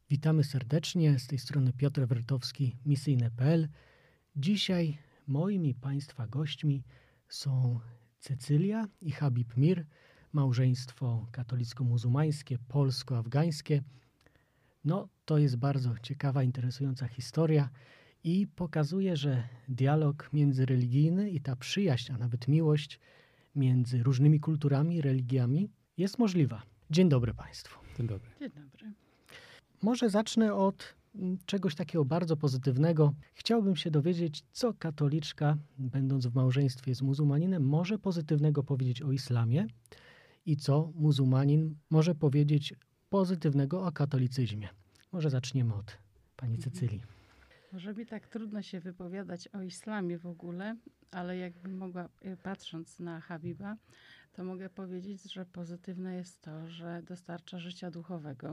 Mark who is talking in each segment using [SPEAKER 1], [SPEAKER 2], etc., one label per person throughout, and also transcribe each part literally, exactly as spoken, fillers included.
[SPEAKER 1] Witamy serdecznie, z tej strony Piotr Wertowski, misyjne kropka p l. Dzisiaj moim i Państwa gośćmi są Cecylia i Habib Mir, małżeństwo katolicko-muzułmańskie, polsko-afgańskie. No, to jest bardzo ciekawa, interesująca historia i pokazuje, że dialog międzyreligijny i ta przyjaźń, a nawet miłość między różnymi kulturami, religiami jest możliwa. Dzień dobry Państwu.
[SPEAKER 2] Dzień dobry.
[SPEAKER 3] Dzień dobry.
[SPEAKER 1] Może zacznę od czegoś takiego bardzo pozytywnego. Chciałbym się dowiedzieć, co katoliczka, będąc w małżeństwie z muzułmaninem, może pozytywnego powiedzieć o islamie i co muzułmanin może powiedzieć pozytywnego o katolicyzmie. Może zaczniemy od pani Cecylii.
[SPEAKER 3] Może mi tak trudno się wypowiadać o islamie w ogóle, ale jakbym mogła, patrząc na Habiba, to mogę powiedzieć, że pozytywne jest to, że dostarcza życia duchowego,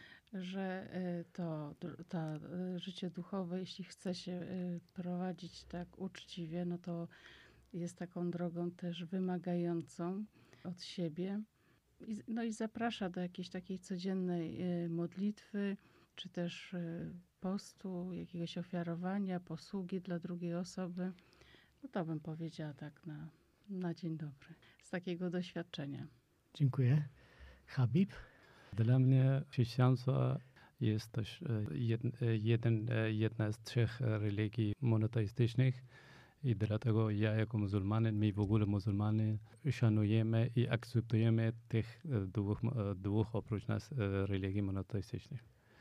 [SPEAKER 3] że to, to życie duchowe, jeśli chce się prowadzić tak uczciwie, no to jest taką drogą też wymagającą od siebie. I, no i zaprasza do jakiejś takiej codziennej modlitwy, czy też postu, jakiegoś ofiarowania, posługi dla drugiej osoby. No to bym powiedziała tak na, na dzień dobry, z takiego doświadczenia.
[SPEAKER 1] Dziękuję. Habib?
[SPEAKER 2] Dla mnie chrześcijaństwo jest też jeden, jeden, jedna z trzech religii monoteistycznych i dlatego ja jako muzułmanin, my w ogóle muzułmanie szanujemy i akceptujemy tych dwóch, dwóch oprócz nas religii monoteistycznych.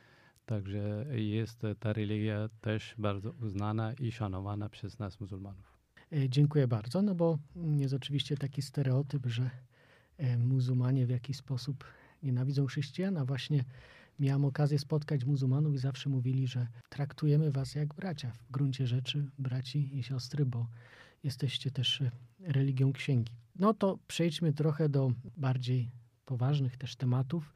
[SPEAKER 2] Także jest ta religia też bardzo uznana i szanowana przez nas muzułmanów.
[SPEAKER 1] Dziękuję bardzo, no bo jest oczywiście taki stereotyp, że muzułmanie w jakiś sposób nienawidzą chrześcijan, a właśnie miałem okazję spotkać muzułmanów i zawsze mówili, że traktujemy was jak bracia, w gruncie rzeczy braci i siostry, bo jesteście też religią księgi. No to przejdźmy trochę do bardziej poważnych też tematów.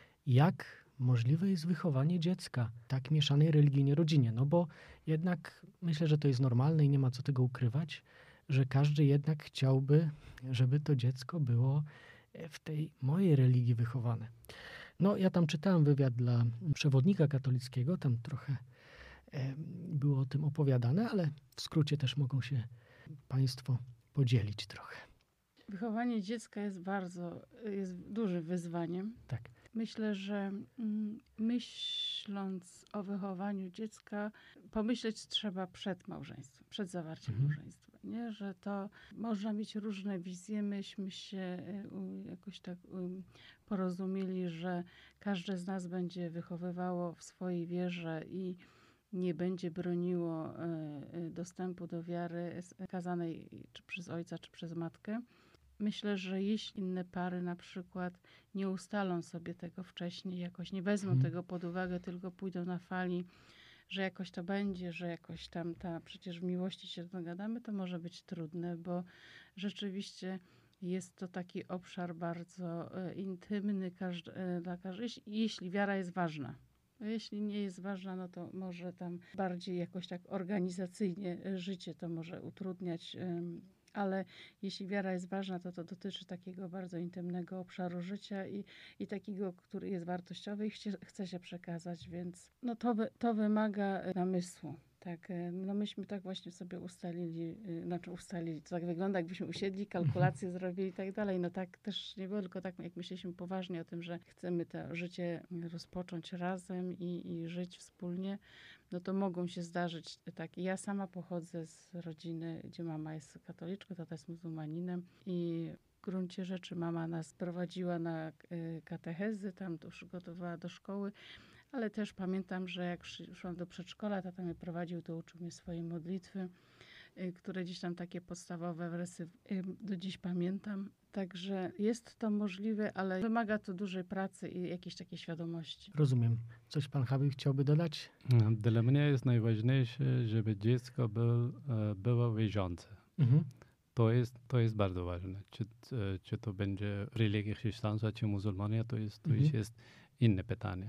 [SPEAKER 1] Jak możliwe jest wychowanie dziecka w tak mieszanej religijnie rodzinie? No bo jednak myślę, że to jest normalne i nie ma co tego ukrywać, że każdy jednak chciałby, żeby to dziecko było w tej mojej religii wychowane. No ja tam czytałem wywiad dla przewodnika katolickiego, tam trochę e, było o tym opowiadane, ale w skrócie też mogą się Państwo podzielić trochę.
[SPEAKER 3] Wychowanie dziecka jest bardzo, jest dużym wyzwaniem.
[SPEAKER 1] Tak.
[SPEAKER 3] Myślę, że myśląc o wychowaniu dziecka, pomyśleć trzeba przed małżeństwem, przed zawarciem mhm. małżeństwa. Nie? Że to można mieć różne wizje. Myśmy się jakoś tak porozumieli, że każde z nas będzie wychowywało w swojej wierze i nie będzie broniło dostępu do wiary kazanej czy przez ojca, czy przez matkę. Myślę, że jeśli inne pary na przykład nie ustalą sobie tego wcześniej, jakoś nie wezmą hmm. tego pod uwagę, tylko pójdą na fali, że jakoś to będzie, że jakoś tam ta, przecież w miłości się dogadamy, to może być trudne, bo rzeczywiście jest to taki obszar bardzo e, intymny każdy, e, dla każdego, jeśli, jeśli wiara jest ważna. Jeśli nie jest ważna, no to może tam bardziej jakoś tak organizacyjnie życie to może utrudniać, e, ale jeśli wiara jest ważna, to to dotyczy takiego bardzo intymnego obszaru życia i, i takiego, który jest wartościowy i chce, chce się przekazać, więc no to, to wymaga namysłu. Tak, no myśmy tak właśnie sobie ustalili, znaczy ustalili, to tak wygląda, jakbyśmy usiedli, kalkulacje zrobili i tak dalej. No tak też nie było, tylko tak jak myśleliśmy poważnie o tym, że chcemy to życie rozpocząć razem i, i żyć wspólnie, no to mogą się zdarzyć tak. Ja sama pochodzę z rodziny, gdzie mama jest katoliczką, tata jest muzułmaninem i w gruncie rzeczy mama nas prowadziła na katechezy, tam to przygotowała do szkoły. Ale też pamiętam, że jak szłam do przedszkola, tata mnie prowadził, to uczył mnie swojej modlitwy, które gdzieś tam takie podstawowe wersy do dziś pamiętam. Także jest to możliwe, ale wymaga to dużej pracy i jakiejś takiej świadomości.
[SPEAKER 1] Rozumiem. Coś pan Habib chciałby dodać?
[SPEAKER 2] Dla mnie jest najważniejsze, żeby dziecko był, było wierzące. Mhm. To jest, to jest bardzo ważne. Czy, czy to będzie religia chrześcijaństwa, czy muzułmania, to jest, to mhm. jest inne pytanie.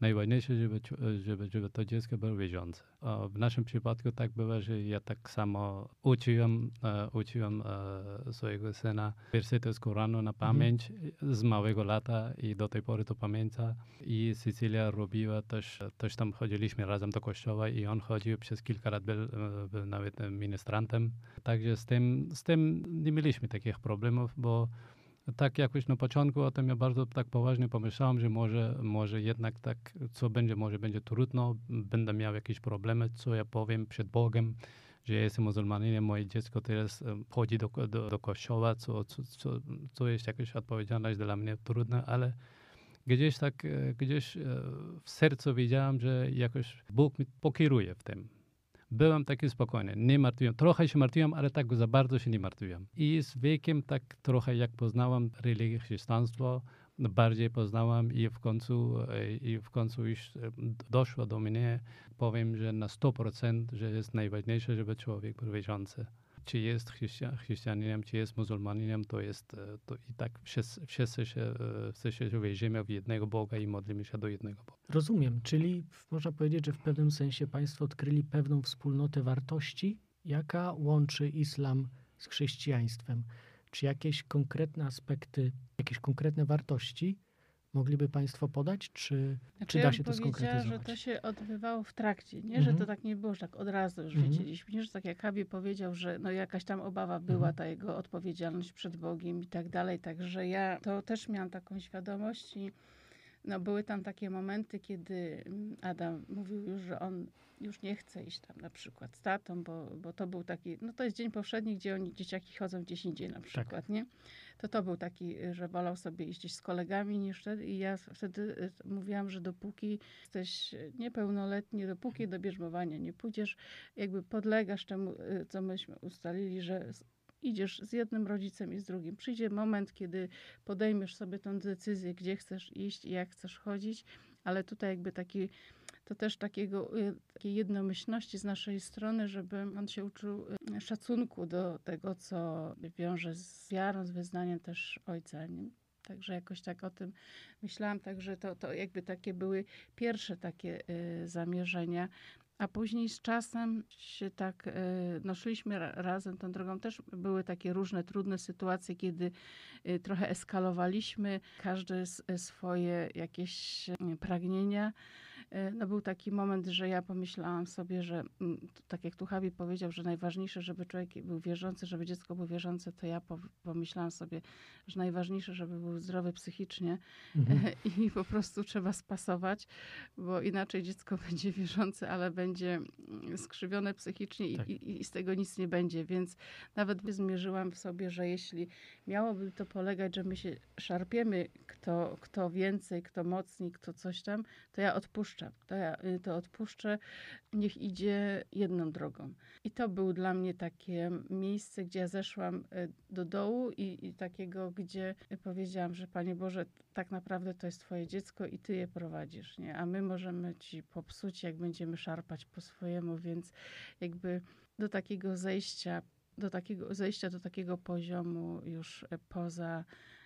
[SPEAKER 2] najważniejsze, żeby, żeby, żeby to dziecko było wierzące. W naszym przypadku tak było, że ja tak samo uczyłem, uczyłem swojego syna wersety z Koranu na pamięć mhm. z małego lata i do tej pory to pamięta. I Cecylia robiła też, też tam chodziliśmy razem do kościoła i on chodził przez kilka lat, był, był nawet ministrantem. Także z tym, z tym nie mieliśmy takich problemów, bo tak jakoś na początku o tym ja bardzo tak poważnie pomyślałem, że może, może jednak tak, co będzie, może będzie trudno, będę miał jakieś problemy, co ja powiem przed Bogiem, że ja jestem muzułmaninem, moje dziecko teraz chodzi do, do, do kościoła, co, co, co, co jest jakaś odpowiedzialność dla mnie trudna, ale gdzieś tak, gdzieś w sercu wiedziałem, że jakoś Bóg mi pokieruje w tym. Byłem taki spokojny, nie martwiłem. Trochę się martwiłem, ale tak za bardzo się nie martwiłem. I z wiekiem tak trochę jak poznałem religię, chrześcijaństwo, bardziej poznałem i w końcu, i w końcu już doszło do mnie, powiem, że na sto procent, że jest najważniejsze, żeby człowiek był wierzący. Czy jest chrześcija, chrześcijaninem, czy jest muzułmaninem, to jest to i tak wszyscy, wszyscy, się, wszyscy się wierzymy w jednego Boga i modlimy się do jednego Boga.
[SPEAKER 1] Rozumiem, czyli można powiedzieć, że w pewnym sensie państwo odkryli pewną wspólnotę wartości, jaka łączy islam z chrześcijaństwem. Czy jakieś konkretne aspekty, jakieś konkretne wartości mogliby państwo podać, czy,
[SPEAKER 3] znaczy,
[SPEAKER 1] czy
[SPEAKER 3] ja
[SPEAKER 1] da się to skonkretyzować?
[SPEAKER 3] że to się odbywało w trakcie, nie,
[SPEAKER 1] Mhm.
[SPEAKER 3] że to tak nie było, że tak od razu już
[SPEAKER 1] Mhm.
[SPEAKER 3] wiedzieliśmy, nie, że tak jak Habi powiedział, że no jakaś tam obawa była,
[SPEAKER 1] Mhm.
[SPEAKER 3] ta jego odpowiedzialność przed Bogiem i tak dalej, także ja to też miałam taką świadomość i no były tam takie momenty, kiedy Adam mówił już, że on już nie chce iść tam na przykład z tatą, bo, bo to był taki, no to jest dzień powszedni, gdzie oni, dzieciaki chodzą gdzieś indziej na przykład, tak. nie? To to był taki, że wolał sobie iść gdzieś z kolegami niż wtedy i ja wtedy mówiłam, że dopóki jesteś niepełnoletni, dopóki do bierzmowania nie pójdziesz, jakby podlegasz temu, co myśmy ustalili, że idziesz z jednym rodzicem i z drugim. Przyjdzie moment, kiedy podejmiesz sobie tę decyzję, gdzie chcesz iść i jak chcesz chodzić, ale tutaj jakby taki, to też takiego, takiej jednomyślności z naszej strony, żeby on się uczył szacunku do tego, co wiąże z wiarą, z wyznaniem też ojca. Nie? Także jakoś tak o tym myślałam, także to, to jakby takie były pierwsze takie y, zamierzenia. A później z czasem się tak, no szliśmy razem tą drogą. Też były takie różne trudne sytuacje, kiedy trochę eskalowaliśmy każdy swoje jakieś pragnienia. No był taki moment, że ja pomyślałam sobie, że tak jak tu Habi powiedział, że najważniejsze, żeby człowiek był wierzący, żeby dziecko było wierzące, to ja pomyślałam sobie, że najważniejsze, żeby był zdrowy psychicznie mhm. i po prostu trzeba spasować, bo inaczej dziecko będzie wierzące, ale będzie skrzywione psychicznie tak. i, i z tego nic nie będzie, więc nawet zmierzyłam w sobie, że jeśli miałoby to polegać, że my się szarpiemy, kto, kto więcej, kto mocniej, kto coś tam, to ja odpuszczam. To ja to odpuszczę, niech idzie jedną drogą. I to było dla mnie takie miejsce, gdzie ja zeszłam do dołu i, i takiego, gdzie powiedziałam, że Panie Boże, tak naprawdę to jest Twoje dziecko i Ty je prowadzisz, nie? A my możemy Ci popsuć, jak będziemy szarpać po swojemu, więc jakby do takiego zejścia, do takiego zejścia do takiego poziomu już poza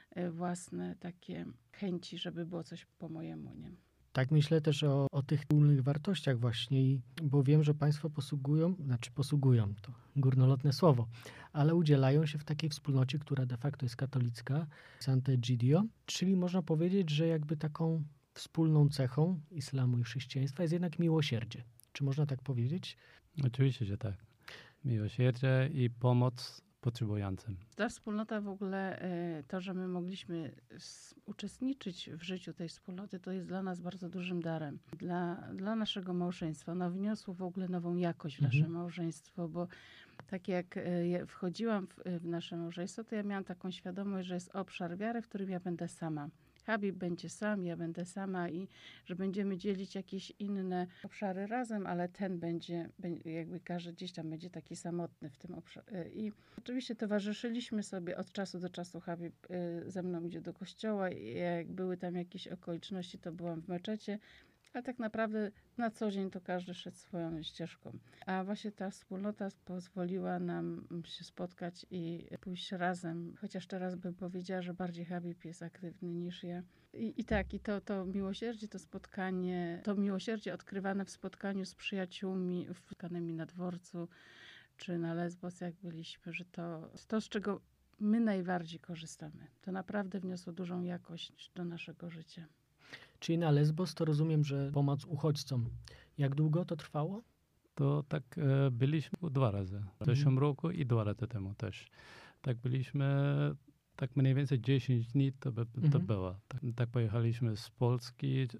[SPEAKER 3] własne takie chęci, żeby było coś po mojemu, nie?
[SPEAKER 1] Tak myślę też o, o tych wspólnych wartościach właśnie, bo wiem, że państwo posługują, znaczy posługują, to górnolotne słowo, ale udzielają się w takiej wspólnocie, która de facto jest katolicka, Sant'Egidio, czyli można powiedzieć, że jakby taką wspólną cechą islamu i chrześcijaństwa jest jednak miłosierdzie. Czy można tak powiedzieć?
[SPEAKER 2] Oczywiście, że tak. Miłosierdzie i pomoc potrzebującym.
[SPEAKER 3] Ta wspólnota w ogóle, to, że my mogliśmy uczestniczyć w życiu tej wspólnoty, to jest dla nas bardzo dużym darem. Dla, dla naszego małżeństwa. Ono wniosło w ogóle nową jakość w nasze mhm. małżeństwo, bo tak jak ja wchodziłam w, w nasze małżeństwo, to ja miałam taką świadomość, że jest obszar wiary, w którym ja będę sama. Habib będzie sam, ja będę sama i że będziemy dzielić jakieś inne obszary razem, ale ten będzie, jakby każdy gdzieś tam będzie taki samotny w tym obszarze. I oczywiście towarzyszyliśmy sobie od czasu do czasu. Habib ze mną idzie do kościoła i jak były tam jakieś okoliczności, to byłam w meczecie, ale tak naprawdę na co dzień to każdy szedł swoją ścieżką. A właśnie ta wspólnota pozwoliła nam się spotkać i pójść razem. Chociaż teraz bym powiedziała, że bardziej Habib jest aktywny niż ja. I, i tak, i to, to miłosierdzie, to spotkanie, to miłosierdzie odkrywane w spotkaniu z przyjaciółmi, spotkanymi na dworcu, czy na Lesbos, jak byliśmy, że to to, z czego my najbardziej korzystamy. To naprawdę wniosło dużą jakość do naszego życia.
[SPEAKER 1] Czyli na Lesbos to rozumiem, że pomoc uchodźcom. Jak długo to trwało?
[SPEAKER 2] To tak e, byliśmy dwa razy. W zeszłym roku i dwa lata temu też. Tak byliśmy, tak mniej więcej dziesięć dni to, by, to
[SPEAKER 1] Mhm.
[SPEAKER 2] było. Tak, tak pojechaliśmy z Polski, e,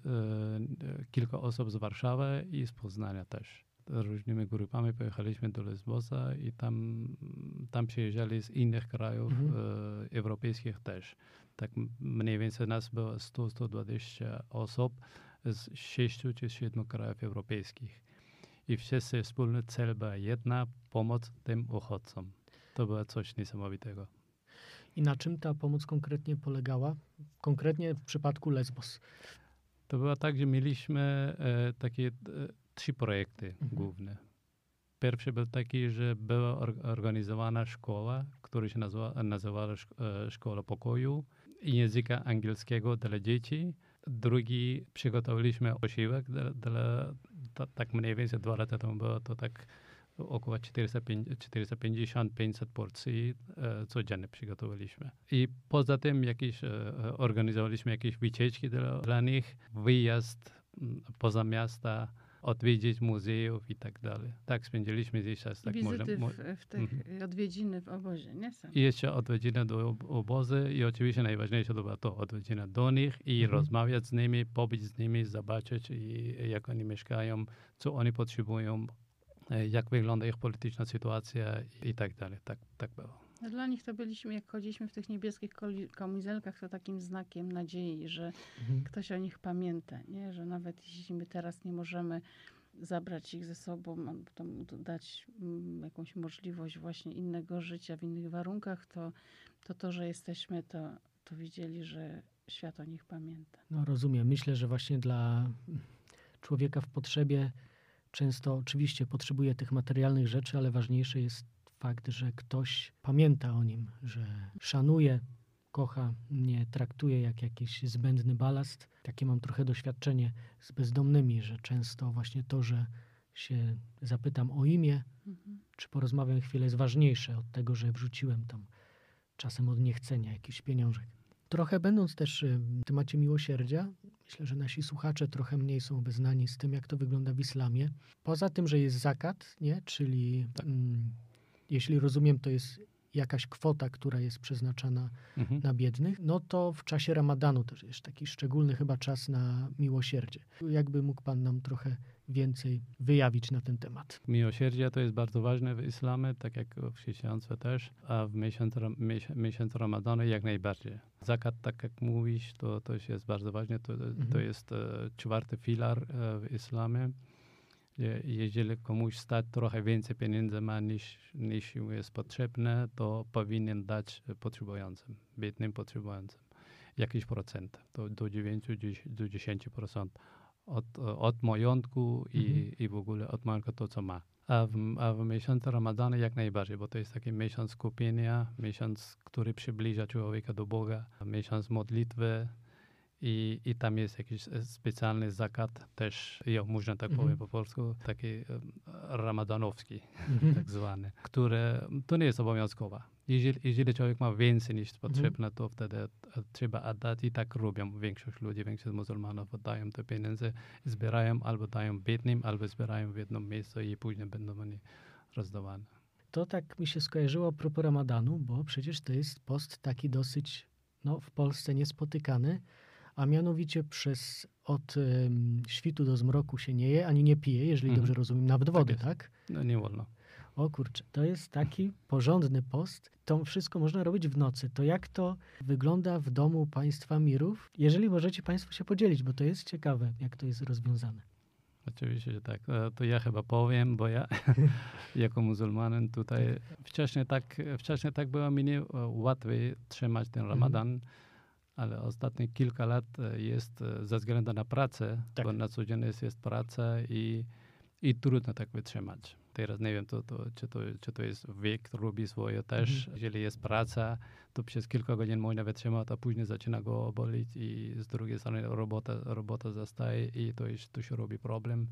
[SPEAKER 2] kilka osób z Warszawy i z Poznania też. Różnymi grupami pojechaliśmy do Lesbosa i tam, tam przyjeżdżali z innych krajów
[SPEAKER 1] Mhm.
[SPEAKER 2] e, europejskich też. Tak mniej więcej nas było sto do stu dwudziestu osób z sześciu czy siedmiu krajów europejskich. I wszyscy wspólny cel była jedna, pomoc tym uchodźcom. To było coś niesamowitego.
[SPEAKER 1] I na czym ta pomoc konkretnie polegała? Konkretnie w przypadku Lesbos.
[SPEAKER 2] To było tak, że mieliśmy e, takie e, trzy projekty
[SPEAKER 1] Mhm.
[SPEAKER 2] główne. Pierwszy był taki, że była or- organizowana szkoła, która się nazywa, nazywała szk- e, Szkoła Pokoju i języka angielskiego dla dzieci. Drugi przygotowaliśmy posiłek dla, dla ta, tak mniej więcej dwa lata temu było to tak około czterysta pięćdziesiąt do pięciuset porcji e, codziennie przygotowaliśmy. I poza tym jakieś, e, organizowaliśmy jakieś wycieczki dla, dla nich, wyjazd m, poza miasta, odwiedzić muzeów i tak dalej. Tak spędziliśmy gdzieś czas. Tak
[SPEAKER 3] Wizyty
[SPEAKER 2] można,
[SPEAKER 3] w, w tych
[SPEAKER 2] Mhm.
[SPEAKER 3] odwiedziny w obozie, nie? Sam.
[SPEAKER 2] I jeszcze odwiedziny do ob- obozy i oczywiście najważniejsze to było to odwiedziny do nich i
[SPEAKER 1] Mhm.
[SPEAKER 2] rozmawiać z nimi, pobyć z nimi, zobaczyć i, jak oni mieszkają, co oni potrzebują, e, jak wygląda ich polityczna sytuacja i tak dalej. Tak, tak było.
[SPEAKER 3] No dla nich to byliśmy, jak chodziliśmy w tych niebieskich koli- kamizelkach, to takim znakiem nadziei, że
[SPEAKER 1] Mhm.
[SPEAKER 3] ktoś o nich pamięta, nie? Że nawet jeśli my teraz nie możemy zabrać ich ze sobą, albo tam dać mm, jakąś możliwość właśnie innego życia w innych warunkach, to to, to że jesteśmy, to, to widzieli, że świat o nich pamięta.
[SPEAKER 1] No rozumiem. Myślę, że właśnie dla człowieka w potrzebie często oczywiście potrzebuje tych materialnych rzeczy, ale ważniejszy jest fakt, że ktoś pamięta o nim, że szanuje, kocha, nie traktuje jak jakiś zbędny balast. Takie mam trochę doświadczenie z bezdomnymi, że często właśnie to, że się zapytam o imię,
[SPEAKER 3] Mhm.
[SPEAKER 1] czy porozmawiam chwilę, jest ważniejsze od tego, że wrzuciłem tam czasem od niechcenia jakiś pieniążek. Trochę będąc też y, w temacie miłosierdzia, myślę, że nasi słuchacze trochę mniej są obeznani z tym, jak to wygląda w islamie. Poza tym, że jest zakat, nie? Czyli mm, jeśli rozumiem, to jest jakaś kwota, która jest przeznaczana
[SPEAKER 2] Mhm.
[SPEAKER 1] na biednych, no to w czasie Ramadanu też jest taki szczególny chyba czas na miłosierdzie. Jakby mógł Pan nam trochę więcej wyjawić na ten temat?
[SPEAKER 2] Miłosierdzie to jest bardzo ważne w islamie, tak jak w chrześcijaństwie też, a w miesiącu, miesiąc, miesiącu Ramadanu jak najbardziej. Zakat, tak jak mówisz, to też jest bardzo ważne. To,
[SPEAKER 1] Mhm.
[SPEAKER 2] to jest e, czwarty filar e, w islamie. Je- Jeżeli komuś stać trochę więcej pieniędzy ma niż, niż mu jest potrzebne, to powinien dać potrzebującym, biednym potrzebującym. Jakiś procent, to do dziewięć do dziesięciu procent od, od majątku i,
[SPEAKER 1] Mhm.
[SPEAKER 2] i w ogóle od majątku to, co ma. A w, a w miesiącu Ramadanu jak najbardziej, bo to jest taki miesiąc skupienia, miesiąc, który przybliża człowieka do Boga, miesiąc modlitwy i, i tam jest jakiś e, specjalny zakat też, ja można tak
[SPEAKER 1] Mhm.
[SPEAKER 2] powiem po polsku, taki e, ramadanowski
[SPEAKER 1] Mhm.
[SPEAKER 2] tak zwany, które to nie jest obowiązkowa. Jeżeli, jeżeli człowiek ma więcej niż potrzebne, to wtedy e, trzeba oddać i tak robią większość ludzi, większość muzułmanów oddają te pieniądze, zbierają albo dają biednym, albo zbierają w jedno miejsce i później będą oni rozdawane.
[SPEAKER 1] To tak mi się skojarzyło a propos Ramadanu, bo przecież to jest post taki dosyć no, w Polsce niespotykany, a mianowicie przez od em, świtu do zmroku się nie je, ani nie pije, jeżeli
[SPEAKER 2] Mhm.
[SPEAKER 1] dobrze rozumiem, nawet wody,
[SPEAKER 2] jest.
[SPEAKER 1] tak?
[SPEAKER 2] No nie wolno.
[SPEAKER 1] O kurczę, to jest taki porządny post. To wszystko można robić w nocy. To jak to wygląda w domu państwa Mirów? Jeżeli możecie Państwo się podzielić, bo to jest ciekawe, jak to jest rozwiązane.
[SPEAKER 2] Oczywiście, że tak. E, To ja chyba powiem, bo ja jako muzułmanin tutaj wcześniej tak, wcześniej tak było mi nie e, łatwiej trzymać ten
[SPEAKER 1] Mhm.
[SPEAKER 2] Ramadan, ale ostatnie kilka lat e, jest e, ze względu na pracę,
[SPEAKER 1] Tak.
[SPEAKER 2] bo na co dzień jest, jest praca i, i trudno tak wytrzymać. Teraz nie wiem, to, to, czy, to, czy to jest wiek, robi swoje też.
[SPEAKER 1] Mhm.
[SPEAKER 2] Jeżeli jest praca, to przez kilka godzin można wytrzymać, a później zaczyna go bolić i z drugiej strony robota, robota zostaje i to, jest, to się robi problem.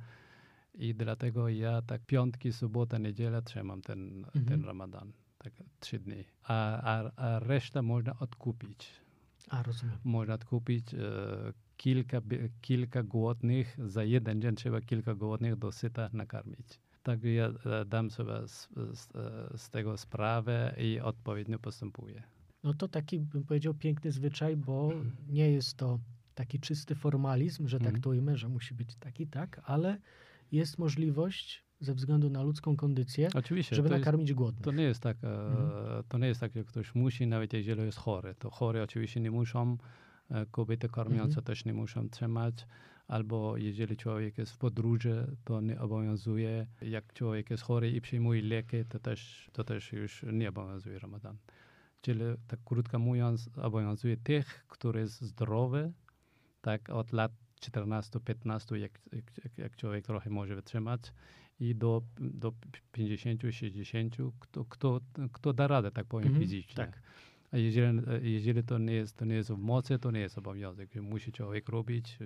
[SPEAKER 2] I dlatego ja tak piątki, sobota, niedziela trzymam ten,
[SPEAKER 1] Mhm.
[SPEAKER 2] ten Ramadan. Tak trzy dni. A, a, a reszta można odkupić.
[SPEAKER 1] A, rozumiem.
[SPEAKER 2] Można odkupić e, kilka, bi- kilka głodnych, za jeden dzień trzeba kilka głodnych do syta nakarmić. Tak ja e, dam sobie z, z, z tego sprawę i odpowiednio postępuję.
[SPEAKER 1] No to taki, bym powiedział, piękny zwyczaj, bo nie jest to taki czysty formalizm, że
[SPEAKER 2] Mhm.
[SPEAKER 1] traktujmy, że musi być taki, tak, ale jest możliwość ze względu na ludzką kondycję,
[SPEAKER 2] Oczywiście,
[SPEAKER 1] żeby
[SPEAKER 2] to jest,
[SPEAKER 1] nakarmić głodnych.
[SPEAKER 2] to nie jest tak, e,
[SPEAKER 1] Mhm.
[SPEAKER 2] to nie jest tak, że ktoś musi, nawet jeżeli jest chory. To chory oczywiście nie muszą, e, kobiety karmiące
[SPEAKER 1] Mhm.
[SPEAKER 2] też nie muszą trzymać, albo jeżeli człowiek jest w podróży, to nie obowiązuje. Jak człowiek jest chory i przyjmuje leki, to też, to też już nie obowiązuje Ramadan. Czyli tak krótko mówiąc, obowiązuje tych, który jest zdrowy, tak od lat czternastu piętnastu, jak, jak, jak człowiek trochę może wytrzymać, i do, do pięćdziesięciu sześćdziesięciu, kto, kto, kto da radę, tak powiem,
[SPEAKER 1] Mhm,
[SPEAKER 2] fizycznie.
[SPEAKER 1] tak.
[SPEAKER 2] A jeżeli, jeżeli to, nie jest, to nie jest w mocy, to nie jest obowiązek. Musi człowiek robić,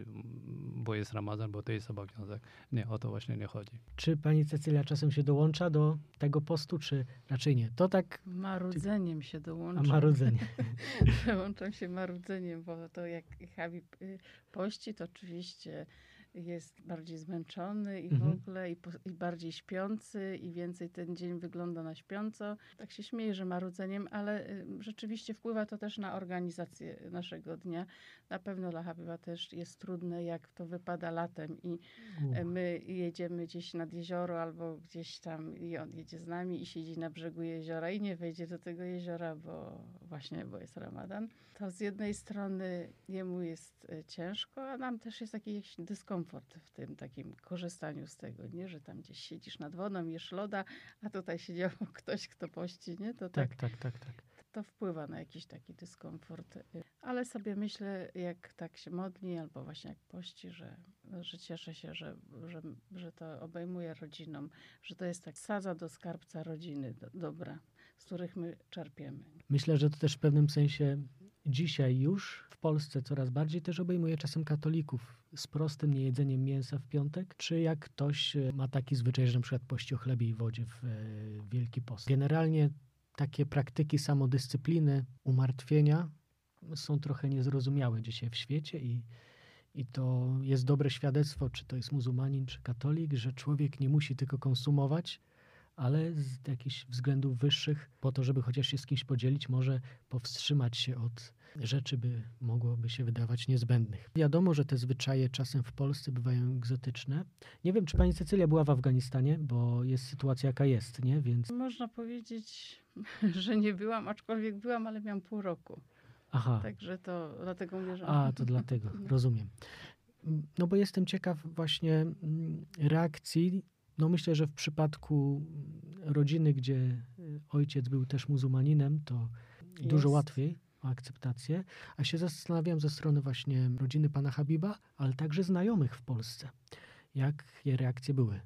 [SPEAKER 2] bo jest Ramazan, bo to jest obowiązek. Nie, o to właśnie nie chodzi.
[SPEAKER 1] Czy pani Cecylia czasem się dołącza do tego postu, czy raczej nie? To tak,
[SPEAKER 3] Marudzeniem się
[SPEAKER 1] a
[SPEAKER 3] dołączam.
[SPEAKER 1] marudzenie.
[SPEAKER 3] Dołączam się marudzeniem, bo to jak Habib y, pości, to oczywiście jest bardziej zmęczony i w
[SPEAKER 1] Mhm.
[SPEAKER 3] ogóle i, po, i bardziej śpiący i więcej ten dzień wygląda na śpiąco. Tak się śmieję, że marudzeniem, ale y, rzeczywiście wpływa to też na organizację naszego dnia. Na pewno dla Habiba też jest trudne, jak to wypada latem i e, my jedziemy gdzieś nad jezioro albo gdzieś tam i on jedzie z nami i siedzi na brzegu jeziora i nie wejdzie do tego jeziora, bo właśnie, bo jest Ramadan. To z jednej strony jemu jest e, ciężko, a nam też jest jakiś dyskomfort w tym takim korzystaniu z tego, nie? Że tam gdzieś siedzisz nad wodą, jesz loda, a tutaj siedział ktoś, kto pości, nie? To tak,
[SPEAKER 1] Tak, tak, tak, tak.
[SPEAKER 3] to wpływa na jakiś taki dyskomfort. Ale sobie myślę, jak tak się modli, albo właśnie jak pości, że, że cieszę się, że, że, że to obejmuje rodziną, że to jest tak sadza do skarbca rodziny, do, dobra, z których my czerpiemy.
[SPEAKER 1] Myślę, że to też w pewnym sensie dzisiaj już w Polsce coraz bardziej też obejmuje czasem katolików z prostym niejedzeniem mięsa w piątek, czy jak ktoś e, ma taki zwyczaj, że na przykład pości o chlebie i wodzie w e, Wielki Post. Generalnie takie praktyki samodyscypliny, umartwienia są trochę niezrozumiałe dzisiaj w świecie i, i to jest dobre świadectwo, czy to jest muzułmanin, czy katolik, że człowiek nie musi tylko konsumować, ale z jakichś względów wyższych, po to, żeby chociaż się z kimś podzielić, może powstrzymać się od rzeczy, by mogłoby się wydawać niezbędnych. Wiadomo, że te zwyczaje czasem w Polsce bywają egzotyczne. Nie wiem, czy pani Cecylia była w Afganistanie, bo jest sytuacja jaka jest, nie? Więc
[SPEAKER 3] Można powiedzieć, że nie byłam, aczkolwiek byłam, ale miałam pół roku.
[SPEAKER 1] aha,
[SPEAKER 3] Także to dlatego mówię, że...
[SPEAKER 1] a to dlatego, rozumiem. No bo jestem ciekaw właśnie mm, reakcji. No myślę, że w przypadku rodziny, gdzie y, ojciec był też muzułmaninem, to dużo
[SPEAKER 3] Jest.
[SPEAKER 1] łatwiej o akceptację. A się zastanawiam ze strony właśnie rodziny pana Habiba, ale także znajomych w Polsce. Jakie reakcje były?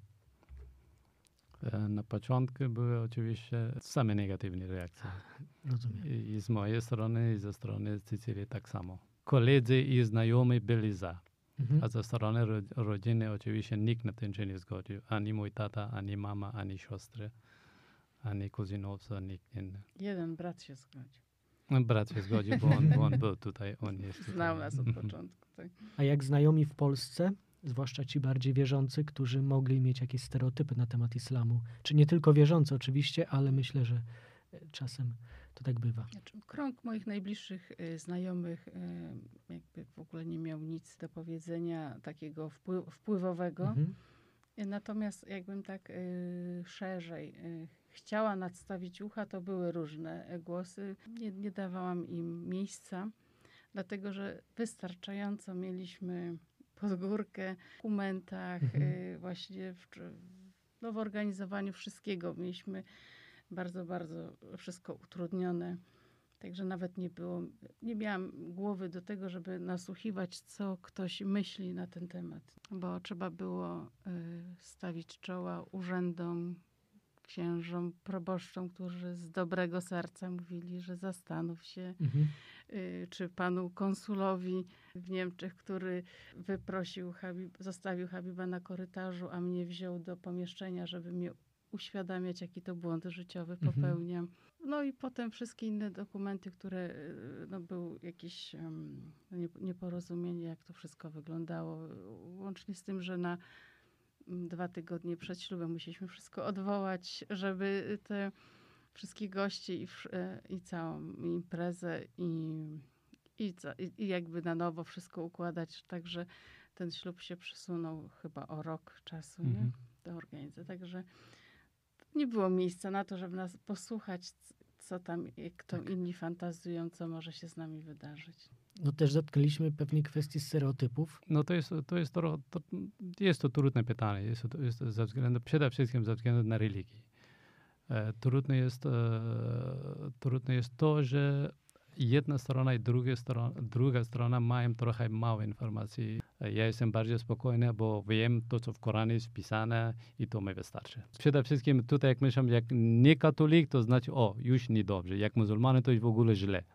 [SPEAKER 2] E, Na początku były oczywiście same negatywne reakcje.
[SPEAKER 1] Rozumiem.
[SPEAKER 2] I, I z mojej strony, i ze strony Cecylii tak samo. Koledzy i znajomi byli za.
[SPEAKER 1] Mhm.
[SPEAKER 2] A ze strony ro- rodziny oczywiście nikt na tym się nie zgodził. Ani mój tata, ani mama, ani siostry, ani kuzynowca, nikt inny.
[SPEAKER 3] Jeden brat się zgodził.
[SPEAKER 2] No, brat się zgodził, bo on, bo on był tutaj, on jest tutaj.
[SPEAKER 3] Znał nas od
[SPEAKER 2] Mhm.
[SPEAKER 3] początku. Tak.
[SPEAKER 1] A jak znajomi w Polsce, zwłaszcza ci bardziej wierzący, którzy mogli mieć jakieś stereotypy na temat islamu, czy nie tylko wierzący oczywiście, ale myślę, że e, czasem to tak bywa.
[SPEAKER 3] Znaczy, krąg moich najbliższych y, znajomych y, jakby w ogóle nie miał nic do powiedzenia takiego wpły- wpływowego.
[SPEAKER 1] Mhm.
[SPEAKER 3] Y, Natomiast jakbym tak y, szerzej y, chciała nadstawić ucha, to były różne y, głosy. Nie, nie dawałam im miejsca, dlatego że wystarczająco mieliśmy pod górkę w dokumentach,
[SPEAKER 1] Mhm.
[SPEAKER 3] y, właśnie w, no, w organizowaniu wszystkiego. Mieliśmy bardzo, bardzo wszystko utrudnione Także nawet nie było, nie miałam głowy do tego, żeby nasłuchiwać, co ktoś myśli na ten temat. Bo trzeba było y, stawić czoła urzędom, księżom, proboszczom, którzy z dobrego serca mówili, że zastanów się,
[SPEAKER 1] Mhm.
[SPEAKER 3] y, czy panu konsulowi w Niemczech, który wyprosił, Habib, zostawił Habiba na korytarzu, a mnie wziął do pomieszczenia, żeby mnie uświadamiać, jaki to błąd życiowy
[SPEAKER 1] Mhm.
[SPEAKER 3] popełniam. No i potem wszystkie inne dokumenty, które y, no, był jakieś um, nieporozumienie, jak to wszystko wyglądało. Łącznie z tym, że na dwa tygodnie przed ślubem musieliśmy wszystko odwołać, żeby te wszystkich gości i, i całą imprezę i, i, i jakby na nowo wszystko układać. Także ten ślub się przesunął chyba o rok czasu,
[SPEAKER 1] Mhm.
[SPEAKER 3] nie? Do organizacji. Także nie było miejsca na to, żeby nas posłuchać, co tam, jak to
[SPEAKER 1] Tak.
[SPEAKER 3] inni fantazują, co może się z nami wydarzyć.
[SPEAKER 1] No też dotknęliśmy pewnej kwestii stereotypów.
[SPEAKER 2] No to jest, to jest, to, to, jest to trudne pytanie. Jest to, jest to ze względu, przede wszystkim ze względu na religię. E, trudne, jest, e, trudne jest to, że jedna strona i druga strona, druga strona mają trochę mało informacji. E, ja jestem bardziej spokojny, bo wiem to, co w Koranie jest wpisane i to mi wystarczy. Przede wszystkim tutaj, jak myślę, jak nie katolik, to znaczy, o, już niedobrze. Jak muzułmanie, to już w ogóle źle.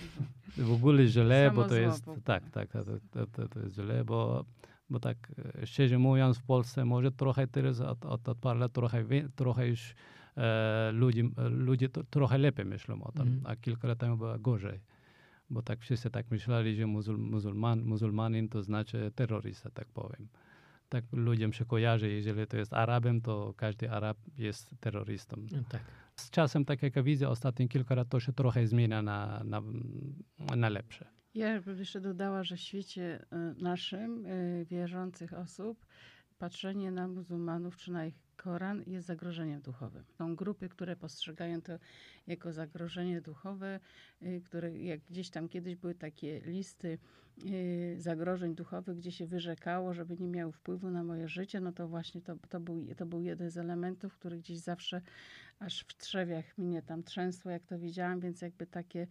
[SPEAKER 2] W ogóle źle,
[SPEAKER 3] Samo
[SPEAKER 2] bo to
[SPEAKER 3] zło
[SPEAKER 2] jest,
[SPEAKER 3] w ogóle.
[SPEAKER 2] tak, tak, to, to, to, to jest źle, bo, bo tak e, szczerze mówiąc w Polsce może trochę teraz od, od, od paru lat trochę, wie- trochę już e, ludzi, ludzie to, trochę lepiej myślą o tym,
[SPEAKER 1] Mhm.
[SPEAKER 2] a kilka lat temu było gorzej. Bo tak wszyscy tak myśleli, że muzul, muzułman, muzułmanin to znaczy terrorysta, tak powiem. Tak ludziom się kojarzy, jeżeli to jest Arabem, to każdy Arab jest terrorystą.
[SPEAKER 1] No tak.
[SPEAKER 2] Z czasem, tak jak ja widzę, ostatnie kilka lat to się trochę zmienia na, na, na lepsze.
[SPEAKER 3] Ja bym jeszcze dodała, że w świecie y, naszym, y, wierzących osób, patrzenie na muzułmanów czy na ich Koran jest zagrożeniem duchowym. Są grupy, które postrzegają to jako zagrożenie duchowe, y, które jak gdzieś tam kiedyś były takie listy y, zagrożeń duchowych, gdzie się wyrzekało, żeby nie miały wpływu na moje życie, no to właśnie to, to, był, to był jeden z elementów, który gdzieś zawsze aż w trzewiach mnie tam trzęsło, jak to widziałam, więc jakby takie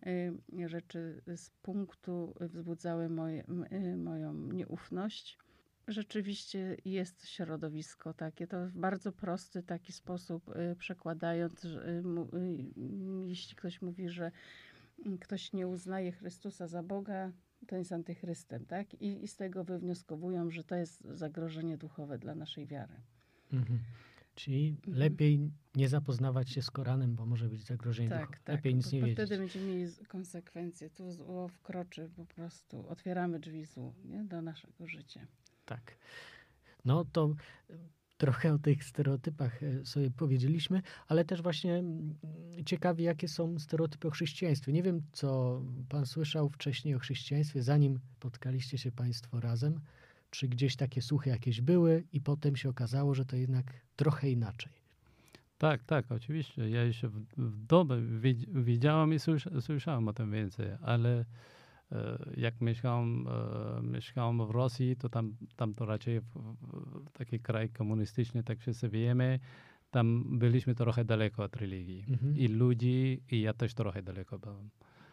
[SPEAKER 3] y, rzeczy z punktu wzbudzały moje, m, y, moją nieufność. Rzeczywiście jest środowisko takie, to w bardzo prosty taki sposób y, przekładając, że, y, mu, y, jeśli ktoś mówi, że y, ktoś nie uznaje Chrystusa za Boga, to jest antychrystem, tak? I, i z tego wywnioskowują, że to jest zagrożenie duchowe dla naszej wiary.
[SPEAKER 1] Mhm. Czyli
[SPEAKER 3] Mhm.
[SPEAKER 1] lepiej nie zapoznawać się z Koranem, bo może być zagrożenie
[SPEAKER 3] Tak,
[SPEAKER 1] duchowe.
[SPEAKER 3] tak.
[SPEAKER 1] Lepiej nic
[SPEAKER 3] bo,
[SPEAKER 1] nie
[SPEAKER 3] bo
[SPEAKER 1] wiedzieć.
[SPEAKER 3] wtedy będziemy mieli z- konsekwencje. Tu zło wkroczy po prostu. Otwieramy drzwi złu, nie? Do naszego życia.
[SPEAKER 1] Tak. No to e, trochę o tych stereotypach e, sobie powiedzieliśmy, ale też właśnie mm, ciekawi, jakie są stereotypy o chrześcijaństwie. Nie wiem, co pan słyszał wcześniej o chrześcijaństwie, zanim spotkaliście się państwo razem. Czy gdzieś takie słuchy jakieś były i potem się okazało, że to jednak trochę inaczej.
[SPEAKER 2] Tak, tak, oczywiście. Ja jeszcze w, w domu wi- widziałem i słysza, słyszałem o tym więcej, ale e, jak mieszkałem, e, mieszkałem w Rosji, to tam, tam to raczej w, w, taki kraj komunistyczny, tak wszyscy wiemy, tam byliśmy trochę daleko od religii.
[SPEAKER 1] Mhm.
[SPEAKER 2] I ludzi, i ja też trochę daleko byłem.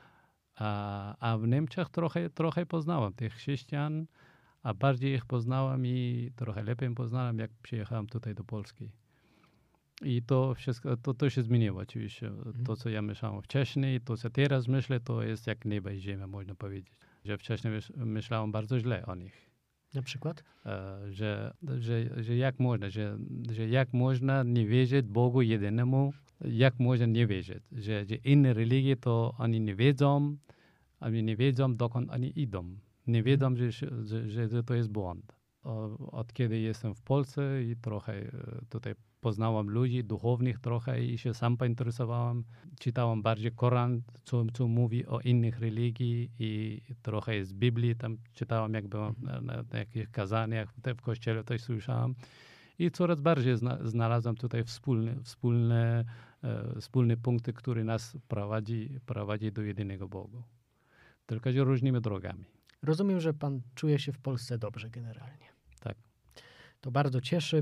[SPEAKER 2] A, a w Niemczech trochę, trochę poznałem tych chrześcijan, a bardziej ich poznałem i trochę lepiej poznałem, jak przyjechałem tutaj do Polski. I to wszystko, to, to się zmieniło oczywiście. To, co ja myślałem wcześniej, to, co teraz myślę, to jest jak nieba i ziemia, można powiedzieć. Że wcześniej myśl, myślałem bardzo źle o nich.
[SPEAKER 1] Na przykład?
[SPEAKER 2] E, że, że, że jak można, że, że jak można nie wierzyć Bogu jedynemu, jak można nie wierzyć. Że, że inne religie to oni nie wiedzą, oni nie wiedzą, dokąd oni idą. Nie wiedzą, że, że, że, że to jest błąd. O, od kiedy jestem w Polsce i trochę e, tutaj poznałem ludzi duchownych trochę i się sam pointeresowałem. Czytałem bardziej Koran, co, co mówi o innych religii i trochę z Biblii tam czytałem, jak byłem na, na, na jakichś kazaniach, te w kościele też słyszałem. I coraz bardziej zna, znalazłem tutaj wspólne, wspólne, e, wspólne punkty, które nas prowadzi, prowadzi do jedynego Boga. Tylko że różnymi drogami.
[SPEAKER 1] Rozumiem, że pan czuje się w Polsce dobrze generalnie.
[SPEAKER 2] Tak.
[SPEAKER 1] To bardzo cieszy,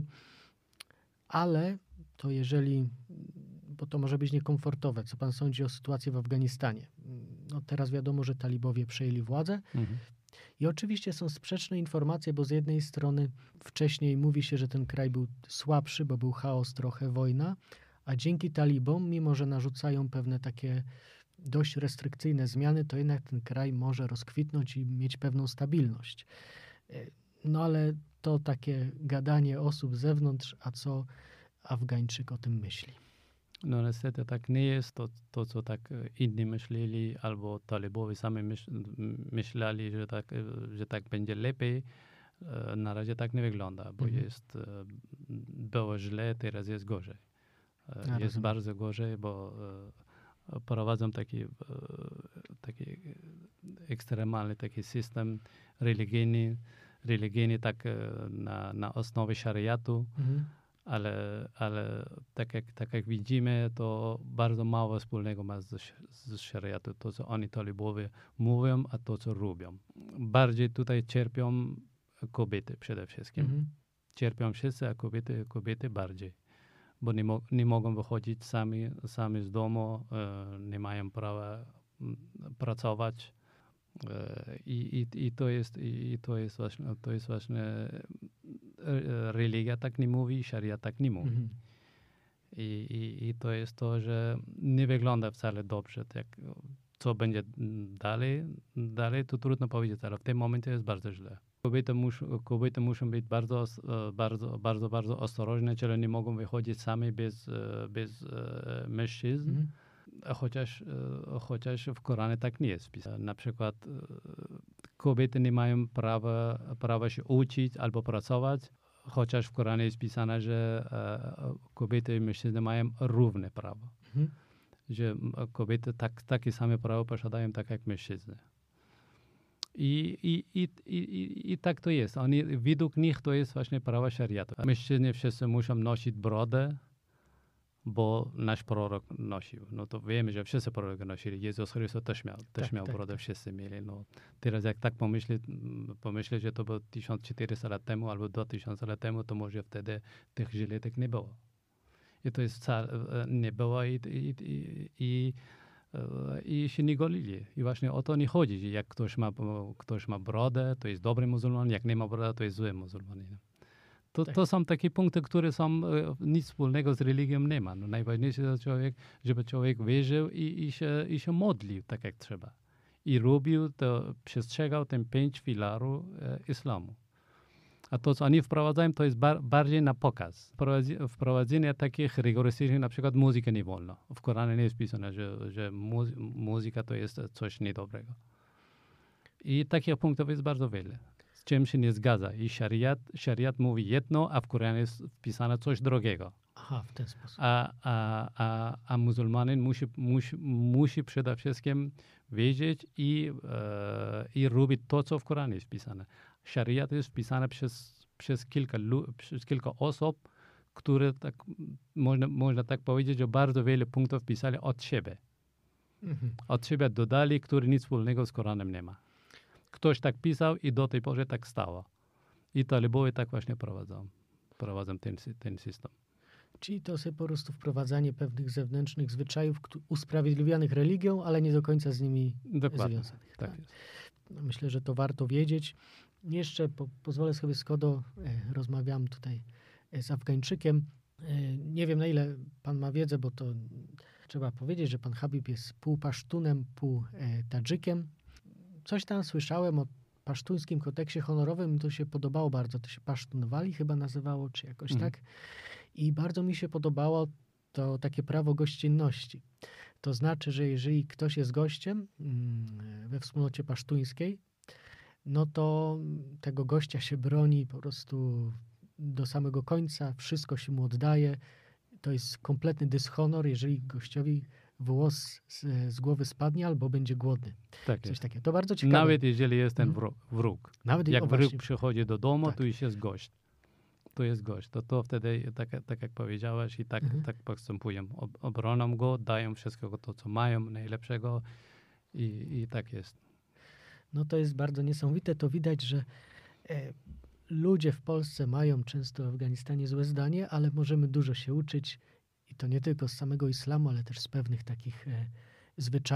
[SPEAKER 1] ale to jeżeli, bo to może być niekomfortowe, co pan sądzi o sytuacji w Afganistanie? no teraz wiadomo, że talibowie przejęli władzę.
[SPEAKER 2] Mhm.
[SPEAKER 1] I oczywiście są sprzeczne informacje, bo z jednej strony wcześniej mówi się, że ten kraj był słabszy, bo był chaos, trochę wojna, a dzięki talibom, mimo że narzucają pewne takie dość restrykcyjne zmiany, to jednak ten kraj może rozkwitnąć i mieć pewną stabilność. No ale to takie gadanie osób z zewnątrz, a co Afgańczyk o tym myśli?
[SPEAKER 2] No niestety tak nie jest. To, to co tak inni myśleli, albo talibowie sami myśl, myśleli, że tak, że tak będzie lepiej, na razie tak nie wygląda, bo
[SPEAKER 1] Mhm.
[SPEAKER 2] jest, było źle, teraz jest gorzej.
[SPEAKER 1] Ja
[SPEAKER 2] Jest
[SPEAKER 1] rozumiem.
[SPEAKER 2] bardzo gorzej, bo prowadzą taki, taki ekstremalny taki system religijny, religijny tak na, na osnowie szariatu.
[SPEAKER 1] Mhm.
[SPEAKER 2] Ale, ale tak, jak, tak jak widzimy, to bardzo mało wspólnego ma z, z szariatu. To, co oni talibowie mówią, a to, co robią. Bardziej tutaj cierpią kobiety przede wszystkim.
[SPEAKER 1] Mhm.
[SPEAKER 2] Cierpią wszyscy, a kobiety, kobiety bardziej. Bo nie, mo nie mogą wychodzić sami, sami z domu, e, nie mają prawa m, pracować. E, i, i, I to jest, i, i to jest właśnie, to jest właśnie religia tak nie mówi, szaria tak nie mówi.
[SPEAKER 1] Mhm.
[SPEAKER 2] I, i, I to jest to, że nie wygląda wcale dobrze. Tak, co będzie dalej, dalej, to trudno powiedzieć, ale w tym momencie jest bardzo źle. Kobiety, mus, kobiety muszą być bardzo, bardzo, bardzo, bardzo ostrożne, czyli nie mogą wychodzić same bez, bez mężczyzn.
[SPEAKER 1] Mhm.
[SPEAKER 2] Chociaż, chociaż w Koranie tak nie jest wpisane. Na przykład kobiety nie mają prawa, prawa się uczyć albo pracować, chociaż w Koranie jest pisane, że kobiety i mężczyźni mają równe prawa.
[SPEAKER 1] Mhm.
[SPEAKER 2] Że kobiety tak, takie same prawa posiadają tak jak mężczyźni. I, i, i, i, i tak to jest. Oni, według nich to jest właśnie prawo szariatu. Mężczyźni wszyscy muszą nosić brodę, bo nasz prorok nosił. No to wiemy, że wszyscy proroki nosili. Jezus Chrystus też miał, też
[SPEAKER 1] Tak,
[SPEAKER 2] miał
[SPEAKER 1] tak,
[SPEAKER 2] brodę,
[SPEAKER 1] tak.
[SPEAKER 2] wszyscy mieli. No, teraz jak tak pomyśleć, pomyśleć, że to było tysiąc czterysta lat temu albo dwa tysiące lat temu, to może wtedy tych żyletek nie było. I to jest wcale nie było i, i, i, i, i się nie golili. I właśnie o to nie chodzi, że jak ktoś ma, ktoś ma brodę, to jest dobry muzułman, jak nie ma brodę, to jest zły muzułmanin. To,
[SPEAKER 1] Tak.
[SPEAKER 2] to są takie punkty, które są e, nic wspólnego z religią nie ma. No, najważniejsze jest, człowiek, żeby człowiek wierzył i, i, się, i się modlił tak jak trzeba. I robił to, przestrzegał ten pięć filarów e, islamu. A to, co oni wprowadzają, to jest bar, bardziej na pokaz. Wprowadzi, wprowadzenie takich rygorystycznych, na przykład muzyki nie wolno. W Koranie nie jest pisane, że, że muzy, muzyka to jest coś niedobrego. I takich punktów jest bardzo wiele. Z czym się nie zgadza. I szariat, szariat mówi jedno, a w Koranie jest wpisane coś drugiego.
[SPEAKER 1] Aha, w ten sposób.
[SPEAKER 2] A, a, a, a muzułmanin musi, musi, musi przede wszystkim wiedzieć i, e, i robić to, co w Koranie jest wpisane. Szariat jest wpisane przez, przez, kilka, przez kilka osób, które tak, można, można tak powiedzieć, że bardzo wiele punktów pisali od siebie.
[SPEAKER 1] Mhm.
[SPEAKER 2] Od siebie dodali, który nic wspólnego z Koranem nie ma. Ktoś tak pisał i do tej pory tak stało. I talibowie tak właśnie prowadzą, prowadzą ten, ten system.
[SPEAKER 1] Czyli to jest po prostu wprowadzanie pewnych zewnętrznych zwyczajów któ- usprawiedliwianych religią, ale nie do końca z nimi
[SPEAKER 2] Dokładnie,
[SPEAKER 1] związanych.
[SPEAKER 2] tak
[SPEAKER 1] tak.
[SPEAKER 2] jest.
[SPEAKER 1] No, myślę, że to warto wiedzieć. Jeszcze po, pozwolę sobie Skodo, e, rozmawiam tutaj e, z Afgańczykiem. E, nie wiem, na ile pan ma wiedzę, bo to trzeba powiedzieć, że pan Habib jest pół Pasztunem, pół e, Tadżykiem. Coś tam słyszałem o pasztuńskim kodeksie honorowym i to się podobało bardzo. To się Pasztunwali chyba nazywało, czy jakoś
[SPEAKER 2] Mhm.
[SPEAKER 1] tak. I bardzo mi się podobało to takie prawo gościnności. To znaczy, że jeżeli ktoś jest gościem mm, we wspólnocie pasztuńskiej, no to tego gościa się broni po prostu do samego końca, wszystko się mu oddaje. To jest kompletny dyshonor, jeżeli gościowi włos z, z głowy spadnie albo będzie głodny.
[SPEAKER 2] Tak
[SPEAKER 1] Coś
[SPEAKER 2] jest.
[SPEAKER 1] takiego. To bardzo ciekawe.
[SPEAKER 2] Nawet jeżeli jest ten
[SPEAKER 1] Mhm.
[SPEAKER 2] wróg. wróg.
[SPEAKER 1] Nawet
[SPEAKER 2] Jak
[SPEAKER 1] o,
[SPEAKER 2] wróg
[SPEAKER 1] właśnie,
[SPEAKER 2] przychodzi do domu,
[SPEAKER 1] Tak.
[SPEAKER 2] to już jest gość. To jest gość. To, to wtedy, tak, tak jak powiedziałaś, i tak,
[SPEAKER 1] Mhm.
[SPEAKER 2] tak postępują. Ob, obronią go, dają wszystkiego to, co mają, najlepszego i, i tak jest.
[SPEAKER 1] no to jest bardzo niesamowite. To widać, że e, ludzie w Polsce mają często o Afganistanie złe zdanie, ale możemy dużo się uczyć i to nie tylko z samego islamu, ale też z pewnych takich e, zwyczajów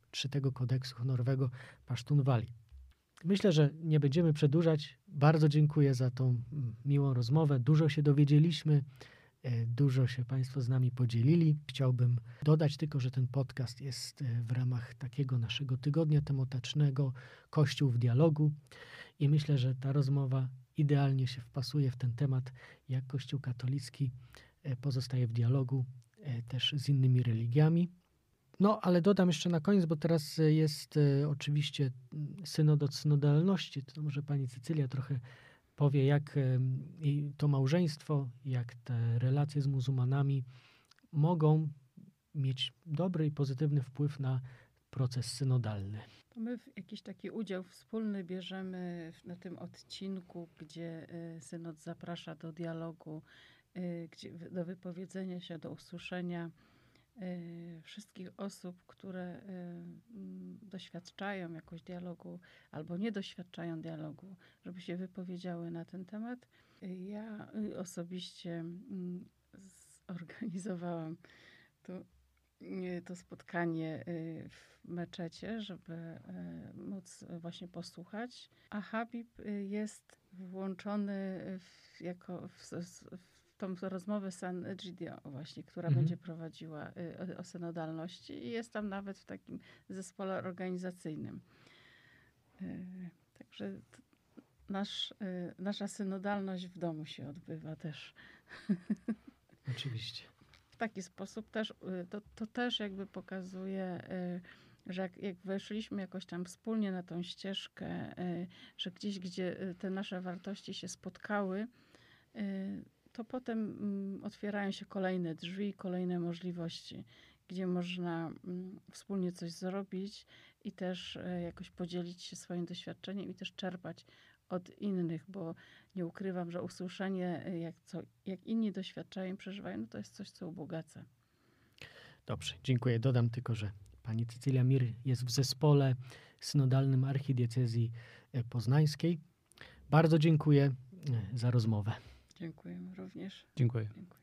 [SPEAKER 1] trzeciego kodeksu honorowego Pasztun Wali. Myślę, że nie będziemy przedłużać. Bardzo dziękuję za tą mm, miłą rozmowę. Dużo się dowiedzieliśmy, e, dużo się Państwo z nami podzielili. Chciałbym dodać tylko, że ten podcast jest e, w ramach takiego naszego tygodnia tematycznego Kościół w dialogu i myślę, że ta rozmowa idealnie się wpasuje w ten temat, jak Kościół katolicki e, pozostaje w dialogu e, też z innymi religiami. No, ale dodam jeszcze na koniec, bo teraz e, jest e, oczywiście mm, synod od synodalności. To może pani Cecylia trochę powie, jak e, i to małżeństwo, jak te relacje z muzułmanami mogą mieć dobry i pozytywny wpływ na proces synodalny.
[SPEAKER 3] To my w jakiś taki udział wspólny bierzemy w- na tym odcinku, gdzie y, synod zaprasza do dialogu, y, gdzie, wy- do wypowiedzenia się, do usłyszenia y, wszystkich osób, które y, mm, doświadczają jakoś dialogu albo nie doświadczają dialogu, żeby się wypowiedziały na ten temat. Y, Ja y, osobiście mm, zorganizowałam to, y, to spotkanie y, w meczecie, żeby y, móc właśnie posłuchać. A Habib y, jest włączony w, jako w, s- w tą rozmowę San Egidio właśnie, która
[SPEAKER 1] Mhm.
[SPEAKER 3] będzie prowadziła y, o, o synodalności i jest tam nawet w takim zespole organizacyjnym. Y, Także t- nasz, y, nasza synodalność w domu się odbywa też.
[SPEAKER 1] Oczywiście.
[SPEAKER 3] W taki sposób też, y, to, to też jakby pokazuje, y, że jak, jak weszliśmy jakoś tam wspólnie na tą ścieżkę, y, że gdzieś, gdzie y, te nasze wartości się spotkały, y, to potem mm, otwierają się kolejne drzwi, kolejne możliwości, gdzie można mm, wspólnie coś zrobić i też y, jakoś podzielić się swoim doświadczeniem i też czerpać od innych, bo nie ukrywam, że usłyszenie, y, jak, co, jak inni doświadczają i przeżywają, no to jest coś, co ubogaca.
[SPEAKER 1] Dobrze, dziękuję. Dodam tylko, że pani Cecylia Mir jest w zespole synodalnym archidiecezji e, poznańskiej. Bardzo dziękuję e, za rozmowę.
[SPEAKER 3] Dziękujemy również.
[SPEAKER 2] Dziękuję.
[SPEAKER 3] Dziękuję.